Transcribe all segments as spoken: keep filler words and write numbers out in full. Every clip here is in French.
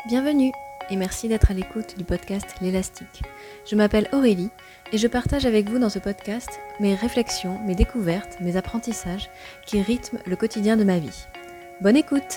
Bienvenue et merci d'être à l'écoute du podcast L'Élastique. Je m'appelle Aurélie et je partage avec vous dans ce podcast mes réflexions, mes découvertes, mes apprentissages qui rythment le quotidien de ma vie. Bonne écoute!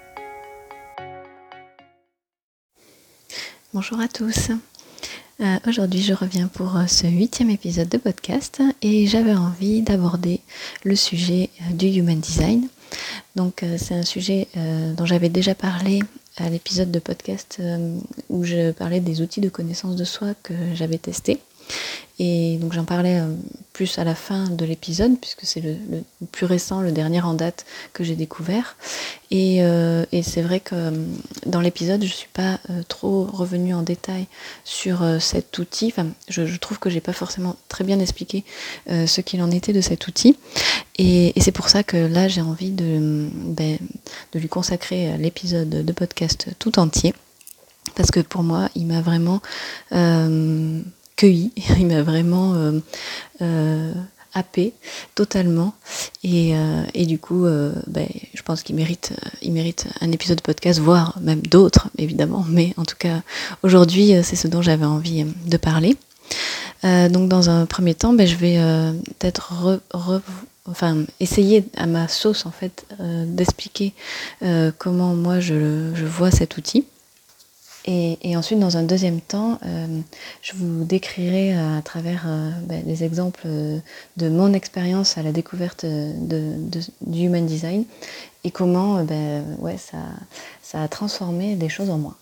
Bonjour à tous. Euh, aujourd'hui je reviens pour ce huitième épisode de podcast et j'avais envie d'aborder le sujet du Human Design. Donc euh, c'est un sujet euh, dont j'avais déjà parlé à l'épisode de podcast euh, où je parlais des outils de connaissance de soi que j'avais testés. Et donc j'en parlais euh, plus à la fin de l'épisode, puisque c'est le, le plus récent, le dernier en date que j'ai découvert. Et, euh, et c'est vrai que euh, dans l'épisode, je ne suis pas euh, trop revenue en détail sur euh, cet outil. Enfin, je, je trouve que je n'ai pas forcément très bien expliqué euh, ce qu'il en était de cet outil. Et, et c'est pour ça que là, j'ai envie de, ben, de lui consacrer l'épisode de podcast tout entier. Parce que pour moi, il m'a vraiment... Euh, cueilli, il m'a vraiment euh, euh, happé totalement et, euh, et du coup euh, ben, je pense qu'il mérite, euh, il mérite un épisode de podcast, voire même d'autres évidemment, mais en tout cas aujourd'hui c'est ce dont j'avais envie de parler. Euh, donc dans un premier temps ben, je vais euh, peut-être re, re, enfin, essayer à ma sauce en fait euh, d'expliquer euh, comment moi je, je vois cet outil. Et, et ensuite, dans un deuxième temps, euh, je vous décrirai euh, à travers euh, ben, des exemples euh, de mon expérience à la découverte de, de, du Human Design et comment euh, ben, ouais, ça, ça a transformé des choses en moi.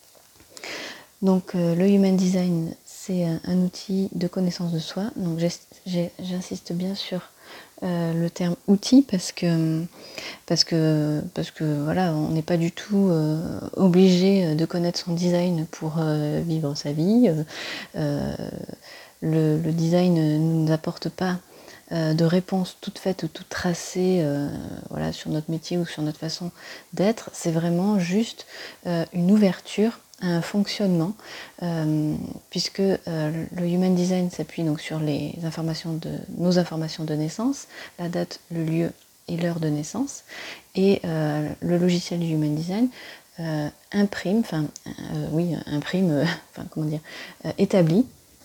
Donc, euh, le Human Design, c'est un, un outil de connaissance de soi. Donc, j'ai, j'ai, j'insiste bien sur euh, le terme outil parce que parce que parce que voilà, on n'est pas du tout euh, obligé de connaître son design pour euh, vivre sa vie. Euh, le, le design ne nous apporte pas euh, de réponse toute faite ou toute tracée euh, voilà, sur notre métier ou sur notre façon d'être. C'est vraiment juste euh, une ouverture à un fonctionnement, euh, puisque euh, le Human Design s'appuie donc sur les informations de nos informations de naissance, la date, le lieu et l'heure de naissance, et euh, le logiciel du Human Design euh, imprime, enfin euh, oui, imprime, euh, enfin comment dire, euh, établit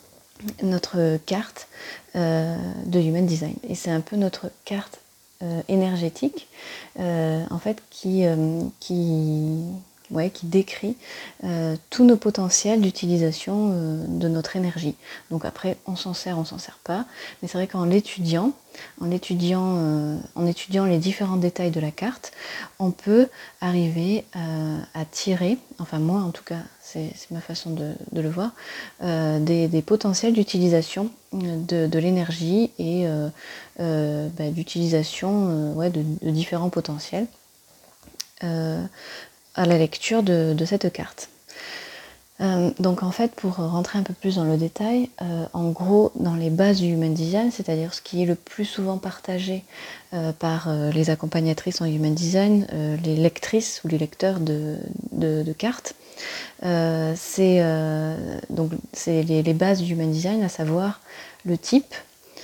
notre carte euh, de Human Design. Et c'est un peu notre carte euh, énergétique, euh, en fait, qui, euh, qui, ouais, qui décrit euh, tous nos potentiels d'utilisation euh, de notre énergie. Donc après, on s'en sert, on s'en sert pas. Mais c'est vrai qu'en l'étudiant, en étudiant, euh, en étudiant les différents détails de la carte, on peut arriver euh, à tirer, enfin moi en tout cas, c'est, c'est ma façon de, de le voir, euh, des, des potentiels d'utilisation de, de l'énergie et euh, euh, bah, d'utilisation euh, ouais, de, de différents potentiels euh, à la lecture de, de cette carte. Euh, donc en fait, pour rentrer un peu plus dans le détail, euh, en gros, dans les bases du Human Design, c'est-à-dire ce qui est le plus souvent partagé euh, par euh, les accompagnatrices en Human Design, euh, les lectrices ou les lecteurs de, de, de cartes, euh, c'est, euh, donc, c'est les, les bases du Human Design, à savoir le type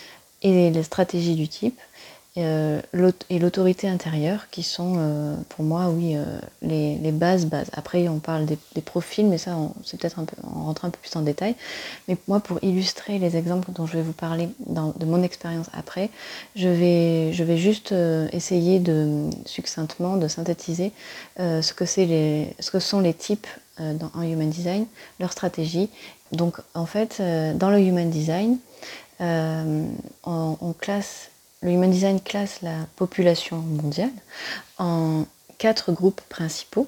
et les stratégies du type, Euh, et l'autorité intérieure qui sont euh, pour moi oui euh, les, les bases bases. Après on parle des, des profils, mais ça on, c'est peut-être un peu, on rentre un peu plus en détail. Mais moi, pour illustrer les exemples dont je vais vous parler dans, de mon expérience après, je vais, je vais juste euh, essayer de succinctement de synthétiser euh, ce que c'est les, ce que sont les types euh, dans, en Human Design, leur stratégie. Donc en fait euh, dans le Human Design euh, on, on classe Le Human Design classe la population mondiale en quatre groupes principaux,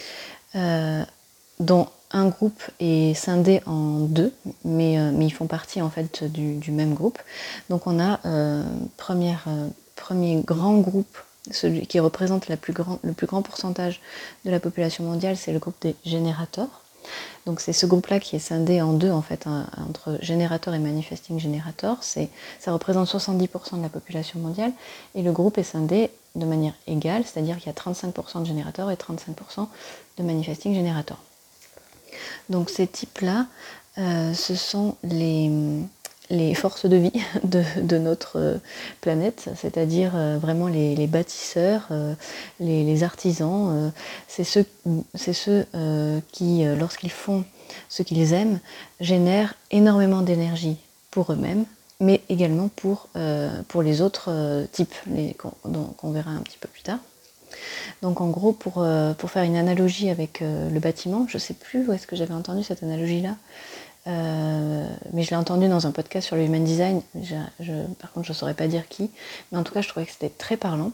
euh, dont un groupe est scindé en deux, mais, euh, mais ils font partie en fait du, du même groupe. Donc on a euh, première, euh, premier grand groupe, celui qui représente la plus grand, le plus grand pourcentage de la population mondiale, c'est le groupe des générateurs. Donc c'est ce groupe-là qui est scindé en deux en fait, hein, entre générateur et manifesting générateur. C'est, ça représente soixante-dix pour cent de la population mondiale et le groupe est scindé de manière égale, c'est-à-dire qu'il y a trente-cinq pour cent de générateurs et trente-cinq pour cent de manifesting générateur. Donc ces types-là, euh, ce sont les, les forces de vie de, de notre euh, planète, c'est-à-dire euh, vraiment les, les bâtisseurs, euh, les, les artisans, euh, c'est ceux, c'est ceux euh, qui, euh, lorsqu'ils font ce qu'ils aiment, génèrent énormément d'énergie pour eux-mêmes, mais également pour, euh, pour les autres euh, types, les, qu'on, qu'on verra un petit peu plus tard. Donc en gros, pour, euh, pour faire une analogie avec euh, le bâtiment, je ne sais plus où est-ce que j'avais entendu cette analogie-là, euh, mais je l'ai entendu dans un podcast sur le human design. Je, je, par contre, je ne saurais pas dire qui, mais en tout cas, je trouvais que c'était très parlant.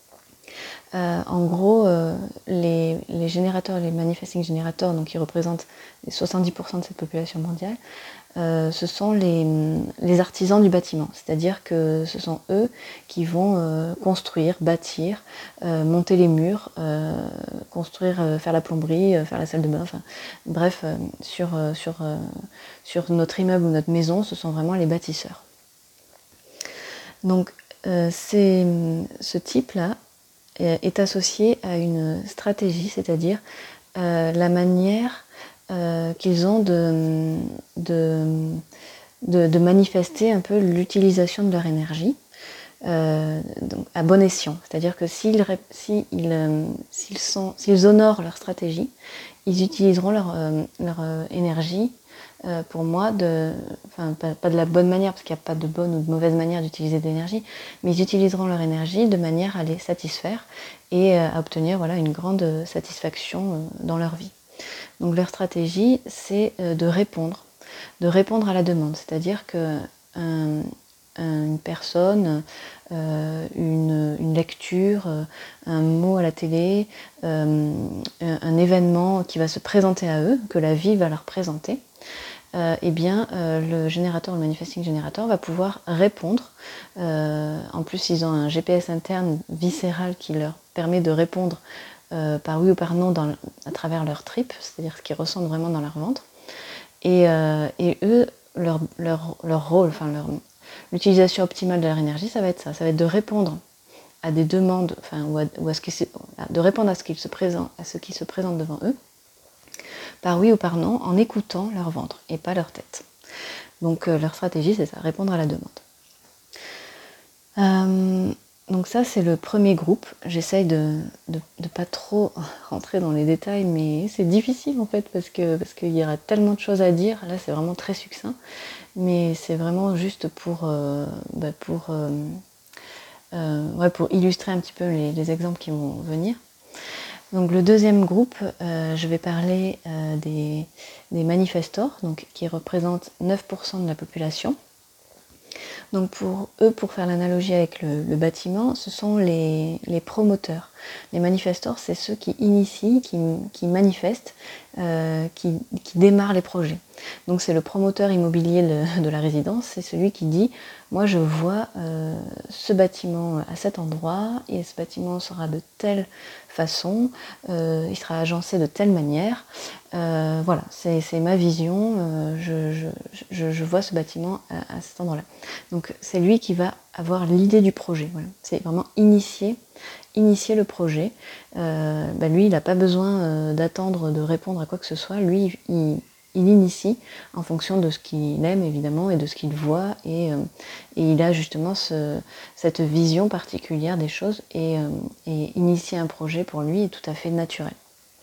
Euh, en gros, euh, les, les générateurs, les manifesting générateurs, donc qui représentent les soixante-dix pour cent de cette population mondiale, euh, ce sont les, les artisans du bâtiment. C'est-à-dire que ce sont eux qui vont euh, construire, bâtir, euh, monter les murs, euh, construire, euh, faire la plomberie, euh, faire la salle de bain. Enfin, bref, euh, sur, euh, sur, euh, sur notre immeuble ou notre maison, ce sont vraiment les bâtisseurs. Donc, euh, c'est, ce type-là est associé à une stratégie, c'est-à-dire euh, la manière euh, qu'ils ont de, de, de, de manifester un peu l'utilisation de leur énergie euh, donc à bon escient. C'est-à-dire que s'ils, s'ils, euh, s'ils, sont, s'ils honorent leur stratégie, ils utiliseront leur, euh, leur euh, énergie Euh, pour moi, de, enfin, pas, pas de la bonne manière, parce qu'il n'y a pas de bonne ou de mauvaise manière d'utiliser de l'énergie, mais ils utiliseront leur énergie de manière à les satisfaire et euh, à obtenir voilà, une grande satisfaction euh, dans leur vie. Donc leur stratégie, c'est euh, de répondre, de répondre à la demande, c'est-à-dire que un, une personne, euh, une, une lecture, euh, un mot à la télé, euh, un, un événement qui va se présenter à eux, que la vie va leur présenter, Euh, eh bien, euh, le générateur, le manifesting générateur, va pouvoir répondre. Euh, en plus, ils ont un G P S interne viscéral qui leur permet de répondre euh, par oui ou par non dans, à travers leur tripes, c'est-à-dire ce qu'ils ressentent vraiment dans leur ventre. Et, euh, et eux, leur, leur, leur rôle, enfin leur, l'utilisation optimale de leur énergie, ça va être ça, ça va être de répondre à des demandes, enfin, ou, à, ou à ce qui, de répondre à ce qui se présente, à ce qui se présente devant eux, par oui ou par non, en écoutant leur ventre et pas leur tête. Donc euh, leur stratégie, c'est ça, répondre à la demande. Euh, donc ça, c'est le premier groupe. J'essaye de ne pas trop rentrer dans les détails, mais c'est difficile en fait, parce que parce qu'il y aura tellement de choses à dire. Là, c'est vraiment très succinct, mais c'est vraiment juste pour, euh, bah, pour, euh, euh, ouais, pour illustrer un petit peu les, les exemples qui vont venir. Donc le deuxième groupe, euh, je vais parler euh, des, des manifestors, donc, qui représentent neuf pour cent de la population. Donc pour eux, pour faire l'analogie avec le, le bâtiment, ce sont les, les promoteurs. Les manifestors, c'est ceux qui initient, qui, qui manifestent, euh, qui, qui démarrent les projets. Donc c'est le promoteur immobilier de, de la résidence, c'est celui qui dit « moi je vois euh, ce bâtiment à cet endroit et ce bâtiment sera de telle façon, euh, il sera agencé de telle manière, euh, voilà, c'est, c'est ma vision, euh, je, je, je, je vois ce bâtiment à, à cet endroit-là. » Donc c'est lui qui va avoir l'idée du projet, voilà. C'est vraiment initier, initier le projet. Euh, bah lui, il n'a pas besoin euh, d'attendre de répondre à quoi que ce soit, lui, il, il initie en fonction de ce qu'il aime évidemment et de ce qu'il voit et, euh, et il a justement ce, cette vision particulière des choses et, euh, et initier un projet pour lui est tout à fait naturel.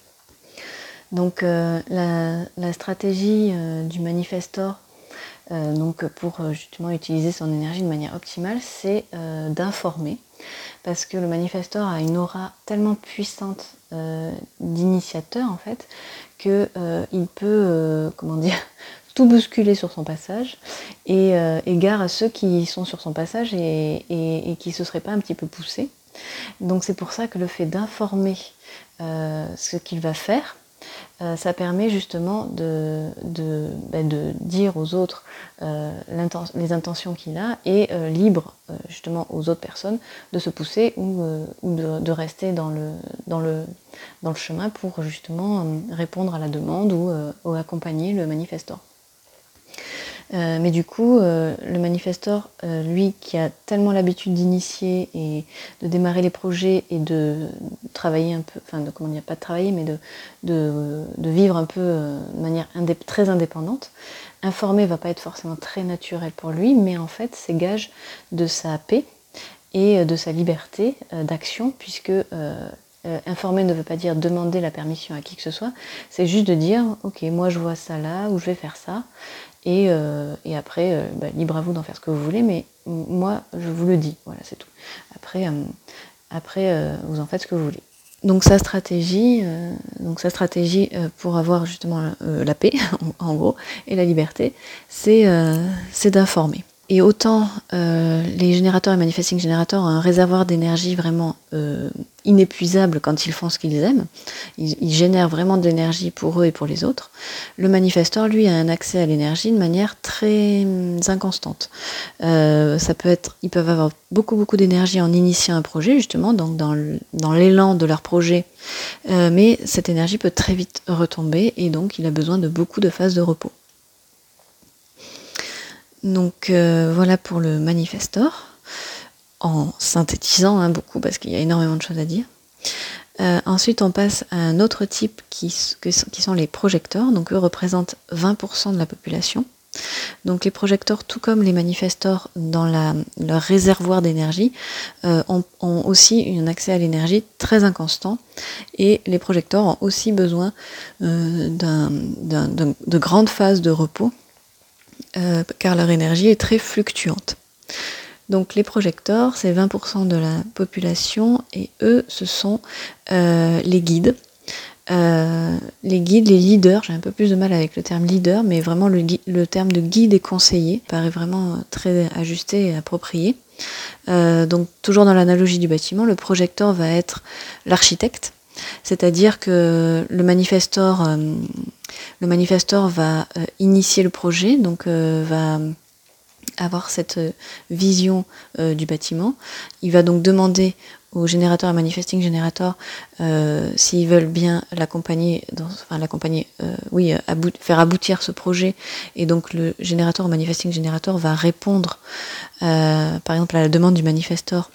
Donc euh, la, la stratégie euh, du manifestor euh, donc pour justement utiliser son énergie de manière optimale, c'est euh, d'informer, parce que le manifestor a une aura tellement puissante euh, d'initiateur en fait, que euh, il peut, euh, comment dire, tout bousculer sur son passage, et euh, égare à ceux qui sont sur son passage et, et, et qui ne se seraient pas un petit peu poussés. Donc c'est pour ça que le fait d'informer euh, ce qu'il va faire, Euh, ça permet justement de, de, ben de dire aux autres euh, les intentions qu'il a et euh, libre euh, justement aux autres personnes de se pousser ou, euh, ou de, de rester dans le, dans, le, dans le chemin pour justement euh, répondre à la demande ou, euh, ou accompagner le manifestor. Euh, mais du coup, euh, le manifestor, euh, lui, qui a tellement l'habitude d'initier et de démarrer les projets et de travailler un peu, enfin, de, comment dire, pas de travailler, mais de, de, de vivre un peu euh, de manière indép- très indépendante, informer va pas être forcément très naturel pour lui, mais en fait, c'est gage de sa paix et de sa liberté euh, d'action, puisque euh, euh, informer ne veut pas dire demander la permission à qui que ce soit, c'est juste de dire, ok, moi je vois ça là, ou je vais faire ça, et, euh, et après, euh, bah, libre à vous d'en faire ce que vous voulez, mais moi, je vous le dis, voilà, c'est tout. Après, euh, après euh, vous en faites ce que vous voulez. Donc sa stratégie, euh, donc sa stratégie euh, pour avoir justement euh, la paix, en gros, et la liberté, c'est euh, c'est d'informer. Et autant euh, les générateurs et manifesting générateurs ont un réservoir d'énergie vraiment euh, inépuisable quand ils font ce qu'ils aiment, ils, ils génèrent vraiment de l'énergie pour eux et pour les autres, le manifesteur, lui, a un accès à l'énergie de manière très hum, inconstante. Euh, ça peut être, ils peuvent avoir beaucoup beaucoup d'énergie en initiant un projet, justement, donc dans, le, dans l'élan de leur projet, euh, mais cette énergie peut très vite retomber et donc il a besoin de beaucoup de phases de repos. Donc euh, voilà pour le manifestor, en synthétisant hein, beaucoup parce qu'il y a énormément de choses à dire. Euh, ensuite on passe à un autre type qui, qui sont les projecteurs, donc eux représentent vingt pour cent de la population. Donc les projecteurs, tout comme les manifestors dans la, leur réservoir d'énergie, euh, ont, ont aussi un accès à l'énergie très inconstant et les projecteurs ont aussi besoin euh, d'un, d'un, d'un, de grandes phases de repos Euh, car leur énergie est très fluctuante. Donc les projecteurs, c'est vingt pour cent de la population et eux, ce sont euh, les guides. Euh, les guides, les leaders, j'ai un peu plus de mal avec le terme leader, mais vraiment le, le terme de guide et conseiller paraît vraiment très ajusté et approprié. Euh, donc toujours dans l'analogie du bâtiment, le projecteur va être l'architecte, c'est-à-dire que le manifestor, euh, le manifestor va euh, initier le projet, donc euh, va avoir cette vision euh, du bâtiment. Il va donc demander aux générateurs et manifesting générateurs euh, s'ils veulent bien l'accompagner, dans, enfin l'accompagner, euh, oui, abou- faire aboutir ce projet. Et donc le générateur ou manifesting générateur va répondre, euh, par exemple, à la demande du manifestor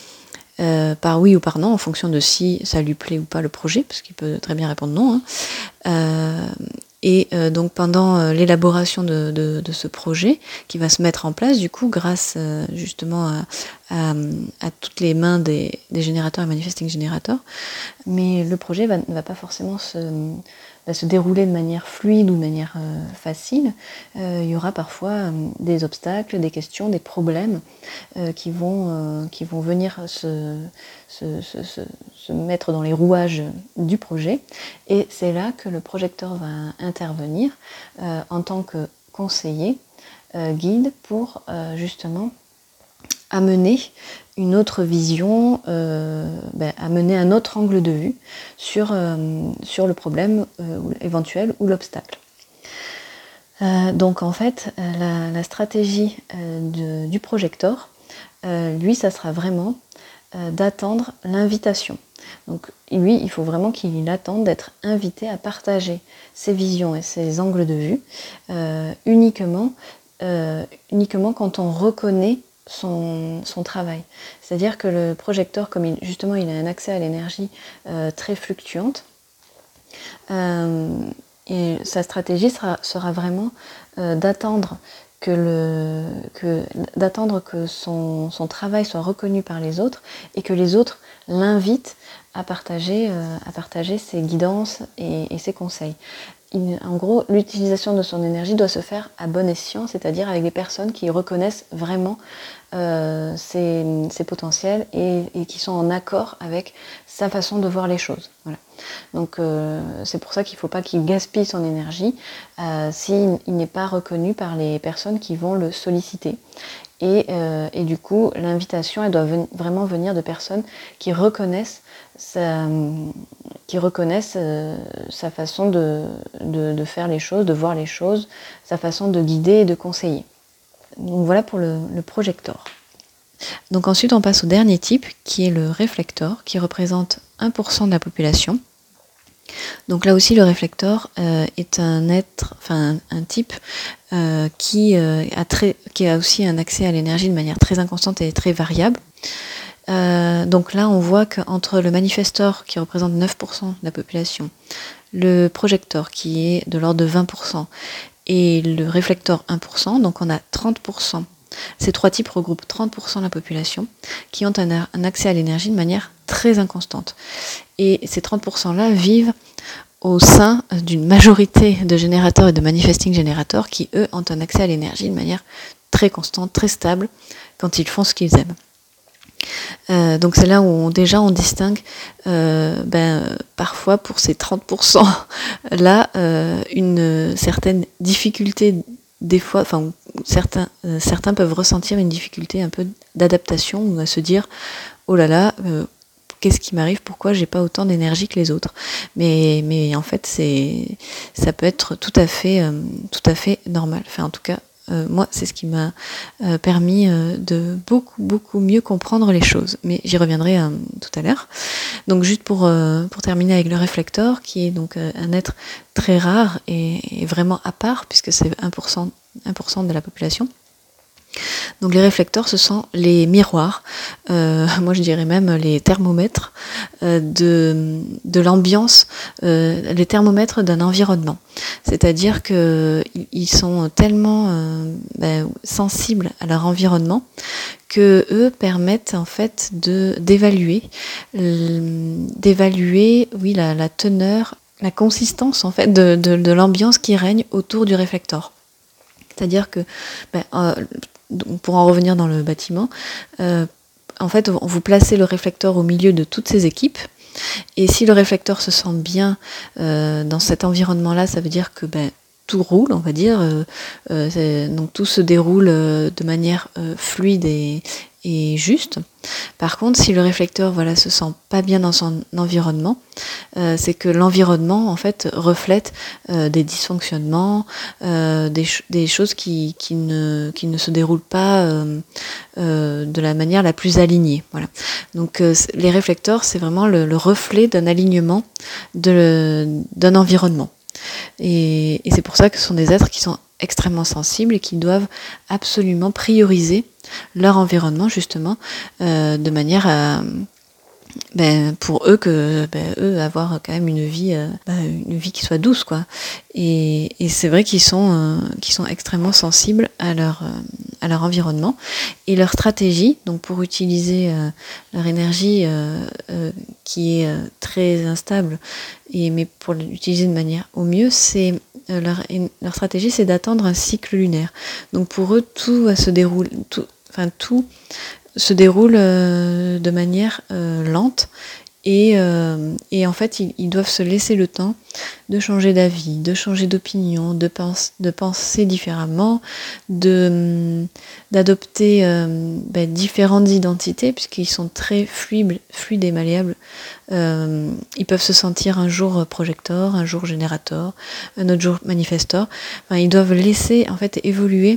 euh, par oui ou par non, en fonction de si ça lui plaît ou pas le projet, parce qu'il peut très bien répondre non. Hein. Euh, Et euh, donc pendant euh, l'élaboration de, de, de ce projet, qui va se mettre en place du coup grâce euh, justement à, à, à toutes les mains des, des générateurs et manifesting générateurs, mais le projet va, ne va pas forcément se, va se dérouler de manière fluide ou de manière euh, facile. Euh, il y aura parfois euh, des obstacles, des questions, des problèmes euh, qui, vont, euh, qui vont venir se, se, se, se, se mettre dans les rouages du projet. Et c'est là que le projecteur va intervenir euh, en tant que conseiller, euh, guide, pour euh, justement amener une autre vision, euh, ben, amener un autre angle de vue sur, euh, sur le problème euh, éventuel ou l'obstacle. Euh, donc en fait, la, la stratégie euh, de, du projecteur, euh, lui, ça sera vraiment euh, d'attendre l'invitation. Donc lui, il faut vraiment qu'il attende d'être invité à partager ses visions et ses angles de vue euh, uniquement, euh, uniquement quand on reconnaît son, son travail. C'est-à-dire que le projecteur, comme il, justement il a un accès à l'énergie euh, très fluctuante, euh, et sa stratégie sera, sera vraiment euh, d'attendre que, le, que, d'attendre que son, son travail soit reconnu par les autres et que les autres l'invitent à partager, euh, à partager ses guidances et, et ses conseils. Il, en gros, l'utilisation de son énergie doit se faire à bon escient, c'est-à-dire avec des personnes qui reconnaissent vraiment euh, ses, ses potentiels et, et qui sont en accord avec sa façon de voir les choses. Voilà. Donc euh, c'est pour ça qu'il ne faut pas qu'il gaspille son énergie euh, s'il n'est pas reconnu par les personnes qui vont le solliciter. Et, euh, et du coup, l'invitation, elle doit ven- vraiment venir de personnes qui reconnaissent sa, qui reconnaissent euh, sa façon de, de, de faire les choses, de voir les choses, sa façon de guider et de conseiller. Donc voilà pour le, le projecteur. Donc ensuite, on passe au dernier type, qui est le réflecteur, qui représente un pour cent de la population. Donc là aussi, le réflecteur euh, est un être, enfin un, un type euh, qui, euh, a très, qui a aussi un accès à l'énergie de manière très inconstante et très variable. Euh, donc là, on voit qu'entre le manifesteur, qui représente neuf pour cent de la population, le projecteur, qui est de l'ordre de vingt pour cent, et le réflecteur un pour cent, donc on a trente pour cent. Ces trois types regroupent trente pour cent de la population qui ont un, un accès à l'énergie de manière très inconstante. Et ces trente pour cent-là vivent au sein d'une majorité de générateurs et de manifesting générateurs qui, eux, ont un accès à l'énergie de manière très constante, très stable, quand ils font ce qu'ils aiment. Euh, donc c'est là où on, déjà on distingue euh, ben, parfois pour ces trente pour cent là euh, une certaine difficulté des fois, enfin certains, euh, certains peuvent ressentir une difficulté un peu d'adaptation ou à se dire oh là là euh, qu'est-ce qui m'arrive, pourquoi j'ai pas autant d'énergie que les autres, mais, mais en fait c'est ça peut être tout à fait euh, tout à fait normal, enfin en tout cas Euh, moi, c'est ce qui m'a euh, permis euh, de beaucoup, beaucoup mieux comprendre les choses. Mais j'y reviendrai euh, tout à l'heure. Donc, juste pour, euh, pour terminer avec le réflecteur, qui est donc euh, un être très rare et, et vraiment à part, puisque c'est un pour cent, un pour cent de la population. Donc les réflecteurs, ce sont les miroirs, euh, moi je dirais même les thermomètres euh, de, de l'ambiance, euh, les thermomètres d'un environnement. C'est-à-dire qu'ils sont tellement euh, ben, sensibles à leur environnement que eux permettent en fait de d'évaluer, d'évaluer, oui, la, la teneur, la consistance en fait de, de, de l'ambiance qui règne autour du réflecteur. C'est-à-dire que ben, euh, pour en revenir dans le bâtiment, euh, en fait, vous placez le réflecteur au milieu de toutes ces équipes, et si le réflecteur se sent bien euh, dans cet environnement-là, ça veut dire que ben, tout roule, on va dire, euh, euh, donc tout se déroule euh, de manière euh, fluide et, et juste. Par contre, si le réflecteur voilà, se sent pas bien dans son environnement, euh, c'est que l'environnement en fait reflète euh, des dysfonctionnements, euh, des, ch- des choses qui, qui, ne, qui ne se déroulent pas euh, euh, de la manière la plus alignée. Voilà. Donc euh, les réflecteurs, c'est vraiment le, le reflet d'un alignement de, d'un environnement. Et, et c'est pour ça que ce sont des êtres qui sont extrêmement sensibles et qui doivent absolument prioriser leur environnement justement euh, de manière à ben, pour eux que ben, eux avoir quand même une vie euh, ben, une vie qui soit douce quoi. Et, et c'est vrai qu'ils sont euh, qu'ils sont extrêmement sensibles à leur euh, à leur environnement et leur stratégie donc pour utiliser euh, leur énergie euh, euh, qui est euh, très instable et mais pour l'utiliser de manière au mieux c'est euh, leur leur stratégie c'est d'attendre un cycle lunaire. Donc pour eux tout va se dérouler tout enfin tout se déroule euh, de manière euh, lente et, euh, et en fait ils, ils doivent se laisser le temps de changer d'avis, de changer d'opinion, de, pense, de penser différemment, de, d'adopter euh, ben, différentes identités puisqu'ils sont très fluides, fluides et malléables. Euh, ils peuvent se sentir un jour projecteur, un jour générateur, un autre jour manifesteur. Enfin, ils doivent laisser en fait évoluer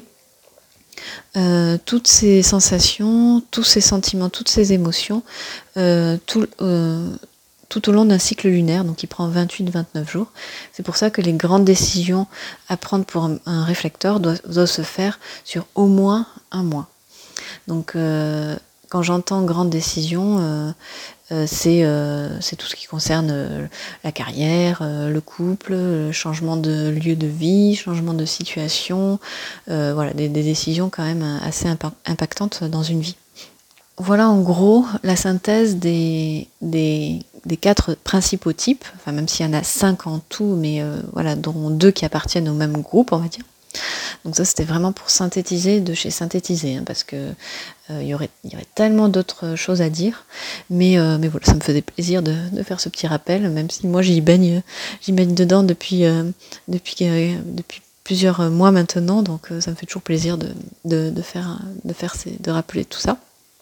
Euh, toutes ces sensations, tous ces sentiments, toutes ces émotions, euh, tout, euh, tout au long d'un cycle lunaire, donc il prend vingt-huit à vingt-neuf jours. C'est pour ça que les grandes décisions à prendre pour un, un réflecteur doivent, doivent se faire sur au moins un mois. Donc euh, quand j'entends grandes décisions, euh, euh, c'est, euh, c'est tout ce qui concerne euh, la carrière, euh, le couple, le changement de lieu de vie, changement de situation, euh, voilà, des, des décisions quand même assez impactantes dans une vie. Voilà en gros la synthèse des, des, des quatre principaux types, enfin même s'il y en a cinq en tout, mais euh, voilà, dont deux qui appartiennent au même groupe, on va dire. Donc ça c'était vraiment pour synthétiser de chez synthétiser, hein, parce que euh, y aurait, y aurait tellement d'autres choses à dire, mais, euh, mais voilà, ça me faisait plaisir de, de faire ce petit rappel, même si moi j'y baigne, j'y baigne dedans depuis, euh, depuis, euh, depuis plusieurs mois maintenant, donc euh, ça me fait toujours plaisir de, de, de, faire, de, faire ces, de rappeler tout ça.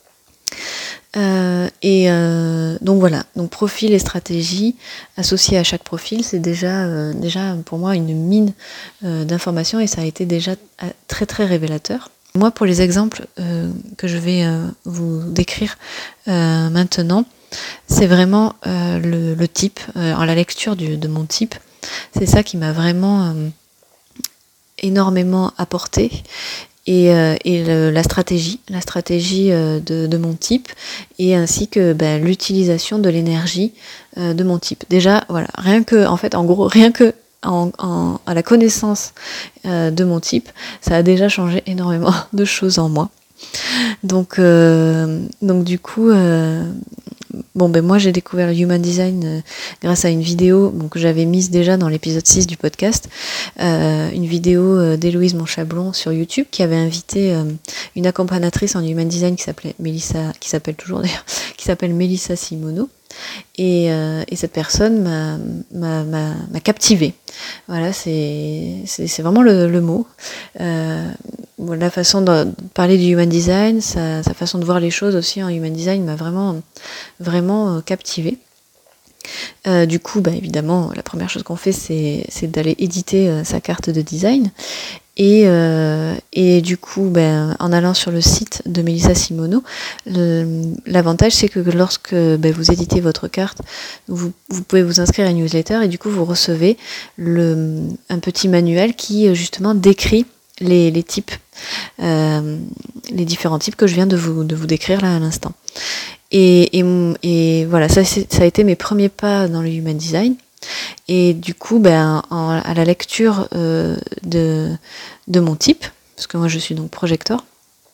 Euh, et euh, donc voilà, donc profil et stratégie associés à chaque profil, c'est déjà, euh, déjà pour moi une mine euh, d'informations et ça a été déjà très très révélateur. Moi pour les exemples euh, que je vais euh, vous décrire euh, maintenant, c'est vraiment euh, le, le type, euh, en la lecture du, de mon type, c'est ça qui m'a vraiment euh, énormément apporté. Et, euh, et le, la stratégie, la stratégie euh, de, de mon type, et ainsi que ben, l'utilisation de l'énergie euh, de mon type. Déjà, voilà, rien que, en fait, en gros, rien que en, en, à la connaissance euh, de mon type, ça a déjà changé énormément de choses en moi. Donc, euh, donc du coup, euh, bon ben moi j'ai découvert le Human Design euh, grâce à une vidéo bon, que j'avais mise déjà dans l'épisode six du podcast, euh, une vidéo euh, d'Héloïse Monchablon sur YouTube qui avait invité euh, une accompagnatrice en Human Design qui s'appelait Mélissa, qui s'appelle toujours d'ailleurs, qui s'appelle Mélissa Simoneau. Et, euh, et cette personne m'a, m'a, m'a, m'a captivée. Voilà, c'est, c'est, c'est vraiment le, le mot. Euh, la façon de parler du Human Design, sa, sa façon de voir les choses aussi en Human Design m'a vraiment, vraiment captivée. Euh, du coup, bah, évidemment, la première chose qu'on fait, c'est, c'est d'aller éditer euh, sa carte de design. Et, euh, et du coup, ben, en allant sur le site de Mélissa Simoneau, le, l'avantage c'est que lorsque ben, vous éditez votre carte, vous, vous pouvez vous inscrire à une newsletter et du coup vous recevez le, un petit manuel qui justement décrit les, les types, euh, les différents types que je viens de vous, de vous décrire là à l'instant. Et, et, et voilà, ça, ça a été mes premiers pas dans le Human Design. Et du coup, ben, en, à la lecture euh, de, de mon type, parce que moi je suis donc projecteur,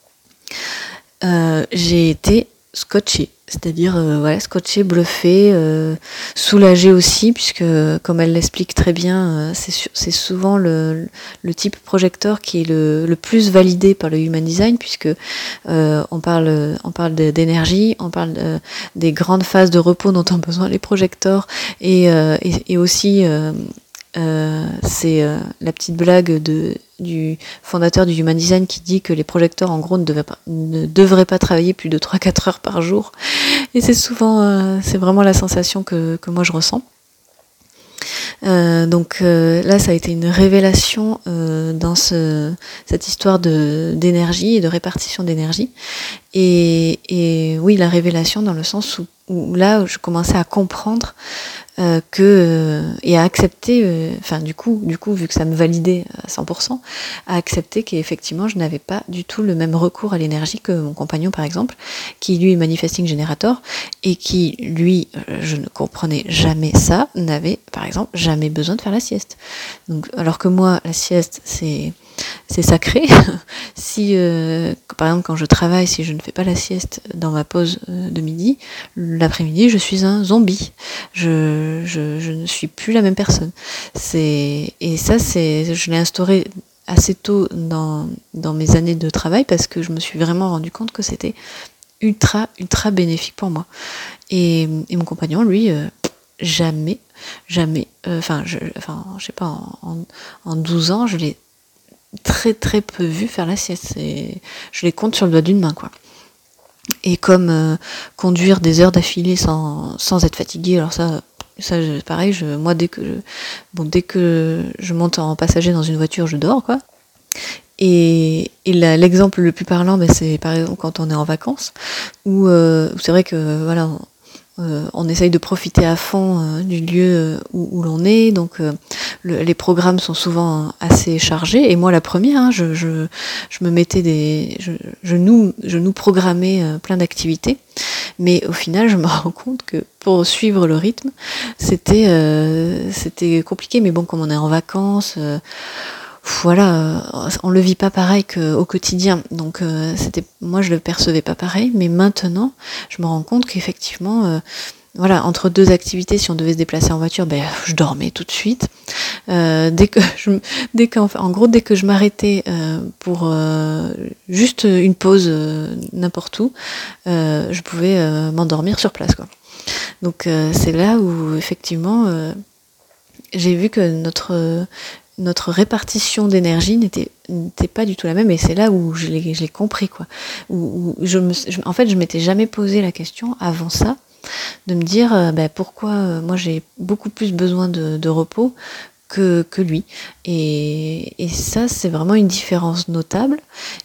euh, j'ai été scotchée, c'est-à-dire euh, voilà, scotchée, bluffée, euh, soulagée aussi, puisque comme elle l'explique très bien, euh, c'est, su- c'est souvent le, le type projecteur qui est le, le plus validé par le Human Design, puisque euh, on parle, on parle de, d'énergie, on parle de, des grandes phases de repos dont ont besoin les projecteurs, et, euh, et, et aussi euh, euh, c'est euh, la petite blague de du fondateur du Human Design qui dit que les projecteurs en gros ne devraient pas, ne devraient pas travailler plus de trois à quatre heures par jour, et c'est souvent euh, c'est vraiment la sensation que, que moi je ressens. Euh, donc euh, là ça a été une révélation euh, dans ce, cette histoire de, d'énergie et de répartition d'énergie, et, et oui, la révélation dans le sens où, où là je commençais à comprendre Euh, que euh, et à accepter, enfin euh, du coup, du coup, vu que ça me validait à cent pour cent, à accepter qu'effectivement je n'avais pas du tout le même recours à l'énergie que mon compagnon par exemple, qui lui est manifesting generator et qui lui, euh, je ne comprenais jamais ça, n'avait par exemple jamais besoin de faire la sieste. Donc alors que moi la sieste c'est c'est sacré. Si, euh, par exemple, quand je travaille, si je ne fais pas la sieste dans ma pause euh, de midi, l'après-midi, je suis un zombie. Je, je, je ne suis plus la même personne. C'est, et ça, c'est, je l'ai instauré assez tôt dans, dans mes années de travail parce que je me suis vraiment rendu compte que c'était ultra, ultra bénéfique pour moi. Et, et mon compagnon, lui, euh, jamais, jamais, enfin, euh, je, enfin, je sais pas, en, en, en douze ans, je l'ai très très peu vu faire la sieste, et je les compte sur le doigt d'une main quoi. Et comme euh, conduire des heures d'affilée sans, sans être fatigué, alors ça ça pareil, je, moi dès que je, bon dès que je monte en passager dans une voiture, je dors quoi. Et, et la, l'exemple le plus parlant, ben, c'est par exemple quand on est en vacances, où euh, c'est vrai que voilà, on, euh, on essaye de profiter à fond euh, du lieu où, où l'on est, donc euh, le, les programmes sont souvent assez chargés, et moi la première, hein, je, je, je me mettais des, je, je nous, je nous programmais euh, plein d'activités, mais au final je me rends compte que pour suivre le rythme, c'était, euh, c'était compliqué, mais bon, comme on est en vacances. Euh, Voilà, on le vit pas pareil qu'au quotidien, donc euh, c'était, moi je le percevais pas pareil, mais maintenant je me rends compte qu'effectivement, euh, voilà, entre deux activités, si on devait se déplacer en voiture, ben je dormais tout de suite. Euh, dès que je, dès qu'en en gros, dès que je m'arrêtais euh, pour euh, juste une pause euh, n'importe où, euh, je pouvais euh, m'endormir sur place, quoi. Donc euh, c'est là où effectivement euh, j'ai vu que notre notre répartition d'énergie n'était, n'était pas du tout la même, et c'est là où je l'ai, je l'ai compris quoi. Où, où je me, je, en fait, je m'étais jamais posé la question avant ça de me dire euh, bah, pourquoi euh, moi j'ai beaucoup plus besoin de, de repos que, que lui. Et, et ça, c'est vraiment une différence notable.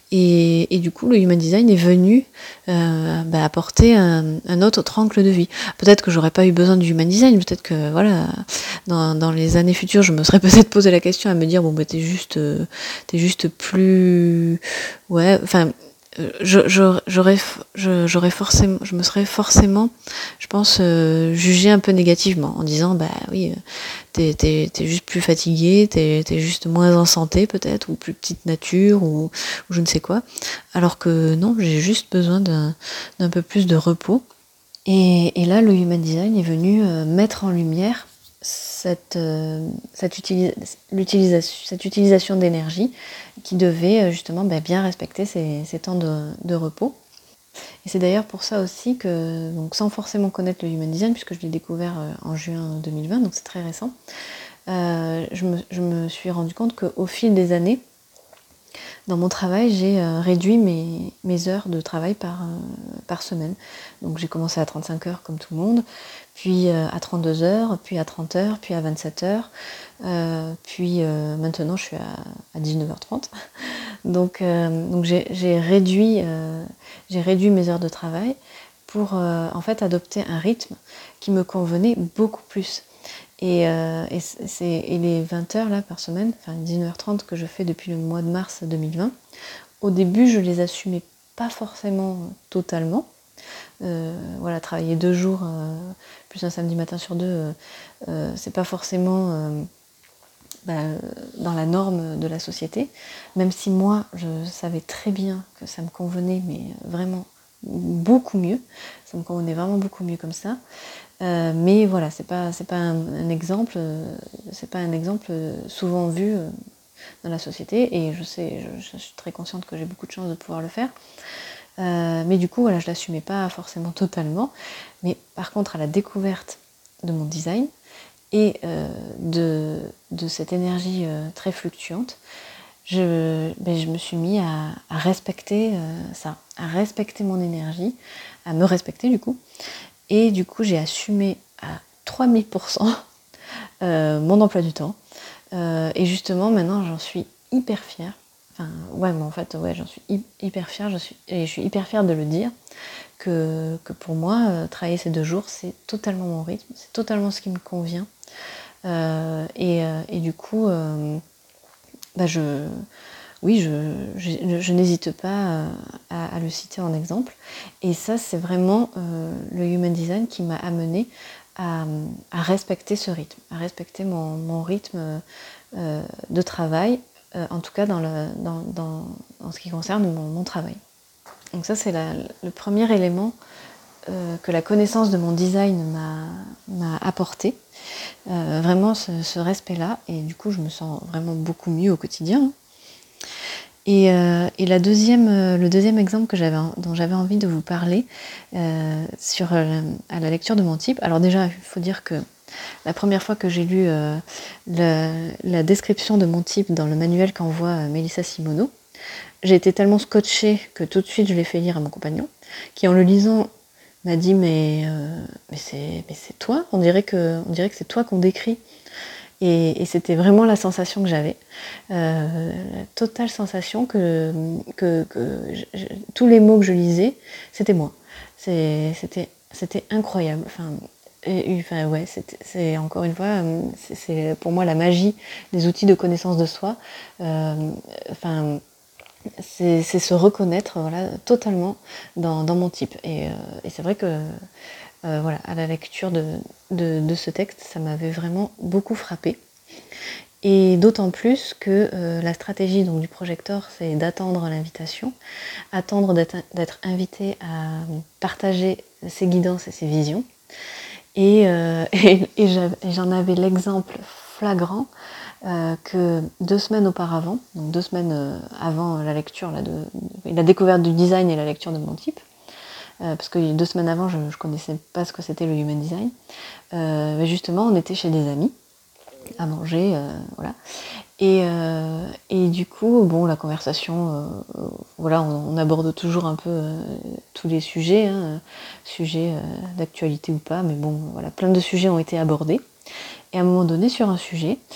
Et, et du coup, le Human Design est venu euh, bah, apporter un, un autre angle de vie. Peut-être que j'aurais pas eu besoin du Human Design, peut-être que voilà, dans, dans les années futures, je me serais peut-être posé la question à me dire bon bah t'es juste, euh, t'es juste plus, ouais, enfin. Je, je, j'aurais, je, j'aurais forcément, je me serais forcément, je pense, euh, jugée un peu négativement en disant bah oui, t'es, t'es, t'es juste plus fatigué, t'es, t'es juste moins en santé peut-être, ou plus petite nature, ou, ou je ne sais quoi. Alors que non, j'ai juste besoin d'un, d'un peu plus de repos. Et, et là, le Human Design est venu euh, mettre en lumière cette, euh, cette, utilis- l'utilisation, cette utilisation d'énergie qui devait euh, justement bah, bien respecter ces, ces temps de, de repos. Et c'est d'ailleurs pour ça aussi que, donc sans forcément connaître le Human Design, puisque je l'ai découvert euh, en juin deux mille vingt, donc c'est très récent, euh, je, me, je me suis rendu compte qu'au fil des années, dans mon travail, j'ai euh, réduit mes, mes heures de travail par, euh, par semaine. Donc j'ai commencé à trente-cinq heures comme tout le monde, puis euh, à trente-deux heures, puis à trente heures, puis à vingt-sept heures, euh, puis euh, maintenant je suis à, à dix-neuf heures trente. Donc, euh, donc j'ai, j'ai, réduit, euh, j'ai réduit mes heures de travail pour euh, en fait adopter un rythme qui me convenait beaucoup plus. Et, euh, et, c'est, et les vingt heures là par semaine, enfin dix-neuf heures trente que je fais depuis le mois de mars deux mille vingt, au début je les assumais pas forcément totalement. Euh, voilà, travailler deux jours, euh, plus un samedi matin sur deux, euh, euh, c'est pas forcément euh, bah, dans la norme de la société, même si moi je savais très bien que ça me convenait, mais vraiment beaucoup mieux, ça me convenait vraiment beaucoup mieux comme ça. Euh, mais voilà, c'est pas c'est pas un, un exemple, euh, c'est pas un exemple souvent vu euh, dans la société, et je sais, je, je suis très consciente que j'ai beaucoup de chance de pouvoir le faire. Euh, mais du coup, voilà, je l'assumais pas forcément totalement. Mais par contre, à la découverte de mon design et euh, de, de cette énergie euh, très fluctuante, je, ben, je me suis mis à, à respecter euh, ça, à respecter mon énergie, à me respecter du coup. Et du coup, j'ai assumé à trois mille pour cent euh, mon emploi du temps. Euh, et justement, maintenant, j'en suis hyper fière. Enfin, ouais, mais en fait, ouais, j'en suis hyper fière. Je suis, et je suis hyper fière de le dire, que, que pour moi, euh, travailler ces deux jours, c'est totalement mon rythme, c'est totalement ce qui me convient. Euh, et, euh, et du coup, euh, bah je, oui, je, je, je n'hésite pas à, à le citer en exemple. Et ça, c'est vraiment euh, le Human Design qui m'a amené à, à respecter ce rythme, à respecter mon, mon rythme euh, de travail, euh, en tout cas dans, le, dans, dans, en ce qui concerne mon, mon travail. Donc ça, c'est la, le premier élément euh, que la connaissance de mon design m'a, m'a apporté. Euh, vraiment ce, ce respect-là. Et du coup, je me sens vraiment beaucoup mieux au quotidien. Et, euh, et la deuxième, euh, le deuxième exemple que j'avais, dont j'avais envie de vous parler euh, sur euh, à la lecture de mon type. Alors déjà, il faut dire que la première fois que j'ai lu euh, le, la description de mon type dans le manuel qu'envoie euh, Mélissa Simoneau, j'ai été tellement scotchée que tout de suite je l'ai fait lire à mon compagnon, qui en le lisant m'a dit mais, euh, mais, c'est, mais c'est toi, on dirait que, on dirait que c'est toi qu'on décrit. Et, et c'était vraiment la sensation que j'avais, euh, la totale sensation que, que, que je, je, tous les mots que je lisais, c'était moi. C'est, c'était, c'était incroyable. Enfin, et, enfin ouais, c'est, c'est encore une fois, c'est, c'est pour moi la magie des outils de connaissance de soi. Euh, enfin, c'est, c'est se reconnaître, voilà, totalement dans, dans mon type. Et, euh, et c'est vrai que Euh, voilà, à la lecture de, de, de ce texte, ça m'avait vraiment beaucoup frappée. Et d'autant plus que euh, la stratégie donc, du projecteur, c'est d'attendre l'invitation, attendre d'être, d'être invité à partager ses guidances et ses visions. Et, euh, et, et, et j'en avais l'exemple flagrant euh, que deux semaines auparavant, donc deux semaines euh, avant la lecture, là, de, de, la découverte du design et la lecture de mon type, Euh, parce que deux semaines avant, je ne connaissais pas ce que c'était le Human Design. Euh, mais justement, on était chez des amis à manger, euh, voilà. Et, euh, et du coup, bon, la conversation, euh, voilà, on, on aborde toujours un peu euh, tous les sujets, hein, sujets euh, d'actualité ou pas, mais bon, voilà, plein de sujets ont été abordés. Et à un moment donné, sur un sujet,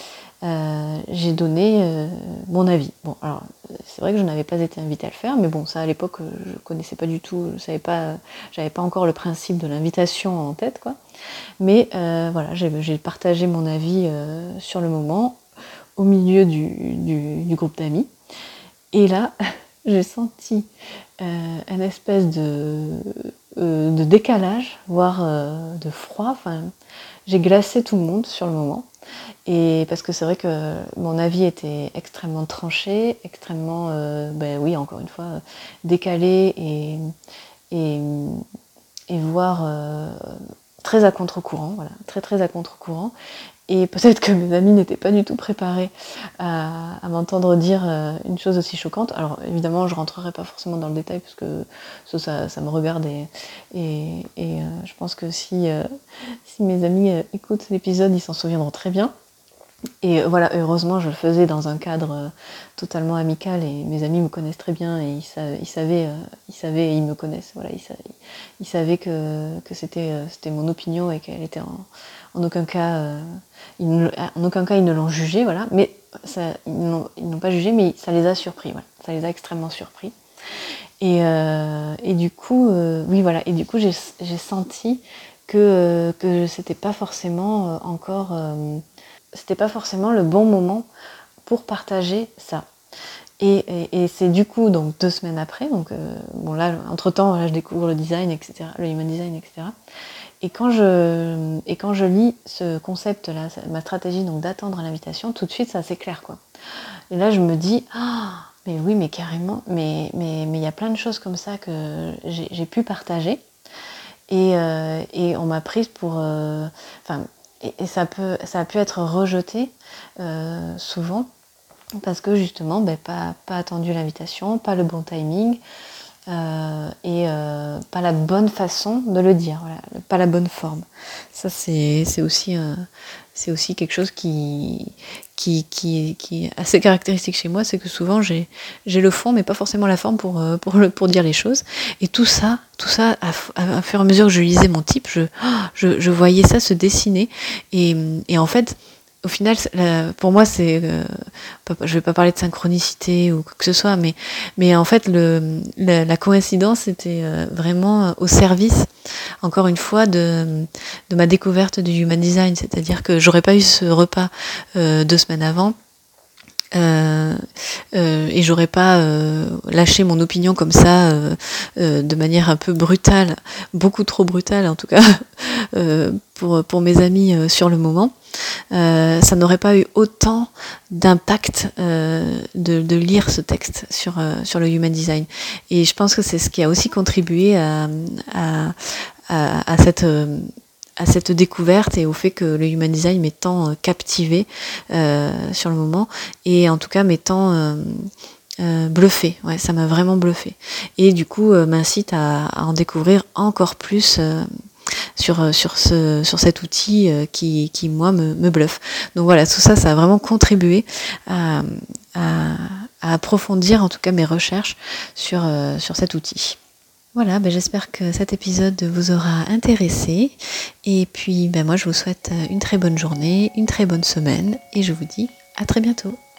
euh, j'ai donné euh, mon avis. Bon, alors c'est vrai que je n'avais pas été invitée à le faire, mais bon, ça à l'époque je connaissais pas du tout, je savais pas, j'avais pas encore le principe de l'invitation en tête, quoi. Mais euh, voilà, j'ai, j'ai partagé mon avis euh, sur le moment au milieu du, du, du groupe d'amis. Et là, j'ai senti euh, une espèce de, euh, de décalage, voire euh, de froid. Enfin, j'ai glacé tout le monde sur le moment. Et parce que c'est vrai que mon avis était extrêmement tranché, extrêmement, euh, ben oui, encore une fois, décalé et, et, et voire euh, très à contre-courant, voilà, très très à contre-courant. Et peut-être que mes amis n'étaient pas du tout préparés à, à m'entendre dire une chose aussi choquante. Alors évidemment, je ne rentrerai pas forcément dans le détail parce que ça, ça, ça me regarde et, et, et euh, je pense que si, euh, si mes amis euh, écoutent l'épisode, ils s'en souviendront très bien. Et voilà, heureusement, je le faisais dans un cadre totalement amical et mes amis me connaissent très bien et ils, sa- ils savaient, euh, ils savaient et ils me connaissent. Voilà, ils, sa- ils savaient que, que c'était, euh, c'était mon opinion et qu'elle était en, en aucun cas, euh, ils ne, en aucun cas ils ne l'ont jugé, voilà. Mais ça, ils, n'ont, ils n'ont pas jugé, mais ça les a surpris, voilà. Ça les a extrêmement surpris. Et, euh, et du coup, euh, oui, voilà. Et du coup, j'ai, j'ai senti que euh, que c'était pas forcément euh, encore euh, c'était pas forcément le bon moment pour partager ça. Et, et, et c'est du coup donc deux semaines après, donc euh, bon là entre temps là, je découvre le design, et cetera, le human design, et cetera. Et quand je et quand je lis ce concept là, ma stratégie donc d'attendre l'invitation, tout de suite ça s'éclaire quoi. Et là je me dis ah mais oui mais carrément, mais mais mais il y a plein de choses comme ça que j'ai, j'ai pu partager et euh, et on m'a prise pour euh, enfin et, et ça peut ça a pu être rejeté euh, souvent parce que justement ben, pas pas attendu l'invitation, pas le bon timing euh, et euh, pas la bonne façon de le dire, voilà, pas la bonne forme. Ça c'est c'est aussi euh, c'est aussi quelque chose qui qui qui qui est assez caractéristique chez moi, c'est que souvent j'ai j'ai le fond mais pas forcément la forme pour euh, pour le pour dire les choses. Et tout ça tout ça à, à, à fur et à mesure que je lisais mon type, je je, je voyais ça se dessiner et et en fait au final, pour moi, c'est, euh, je vais pas parler de synchronicité ou quoi que ce soit, mais, mais en fait, le, la, la coïncidence était vraiment au service, encore une fois, de, de ma découverte du human design. C'est-à-dire que j'aurais pas eu ce repas euh, deux semaines avant. Euh, euh, et j'aurais pas euh, lâché mon opinion comme ça euh, euh, de manière un peu brutale, beaucoup trop brutale en tout cas euh, pour pour mes amis euh, sur le moment. Euh, ça n'aurait pas eu autant d'impact euh, de, de lire ce texte sur euh, sur le human design. Et je pense que c'est ce qui a aussi contribué à à, à, à cette euh, à cette découverte et au fait que le human design m'étant euh, captivé euh, sur le moment et en tout cas m'étant euh, euh, bluffé, ouais, ça m'a vraiment bluffé et du coup euh, m'incite à, à en découvrir encore plus euh, sur sur ce sur cet outil euh, qui qui moi me, me bluffe. Donc voilà, tout ça ça a vraiment contribué à, à, à approfondir en tout cas mes recherches sur euh, sur cet outil. Voilà, ben j'espère que cet épisode vous aura intéressé. Et puis, ben moi, je vous souhaite une très bonne journée, une très bonne semaine. Et je vous dis à très bientôt.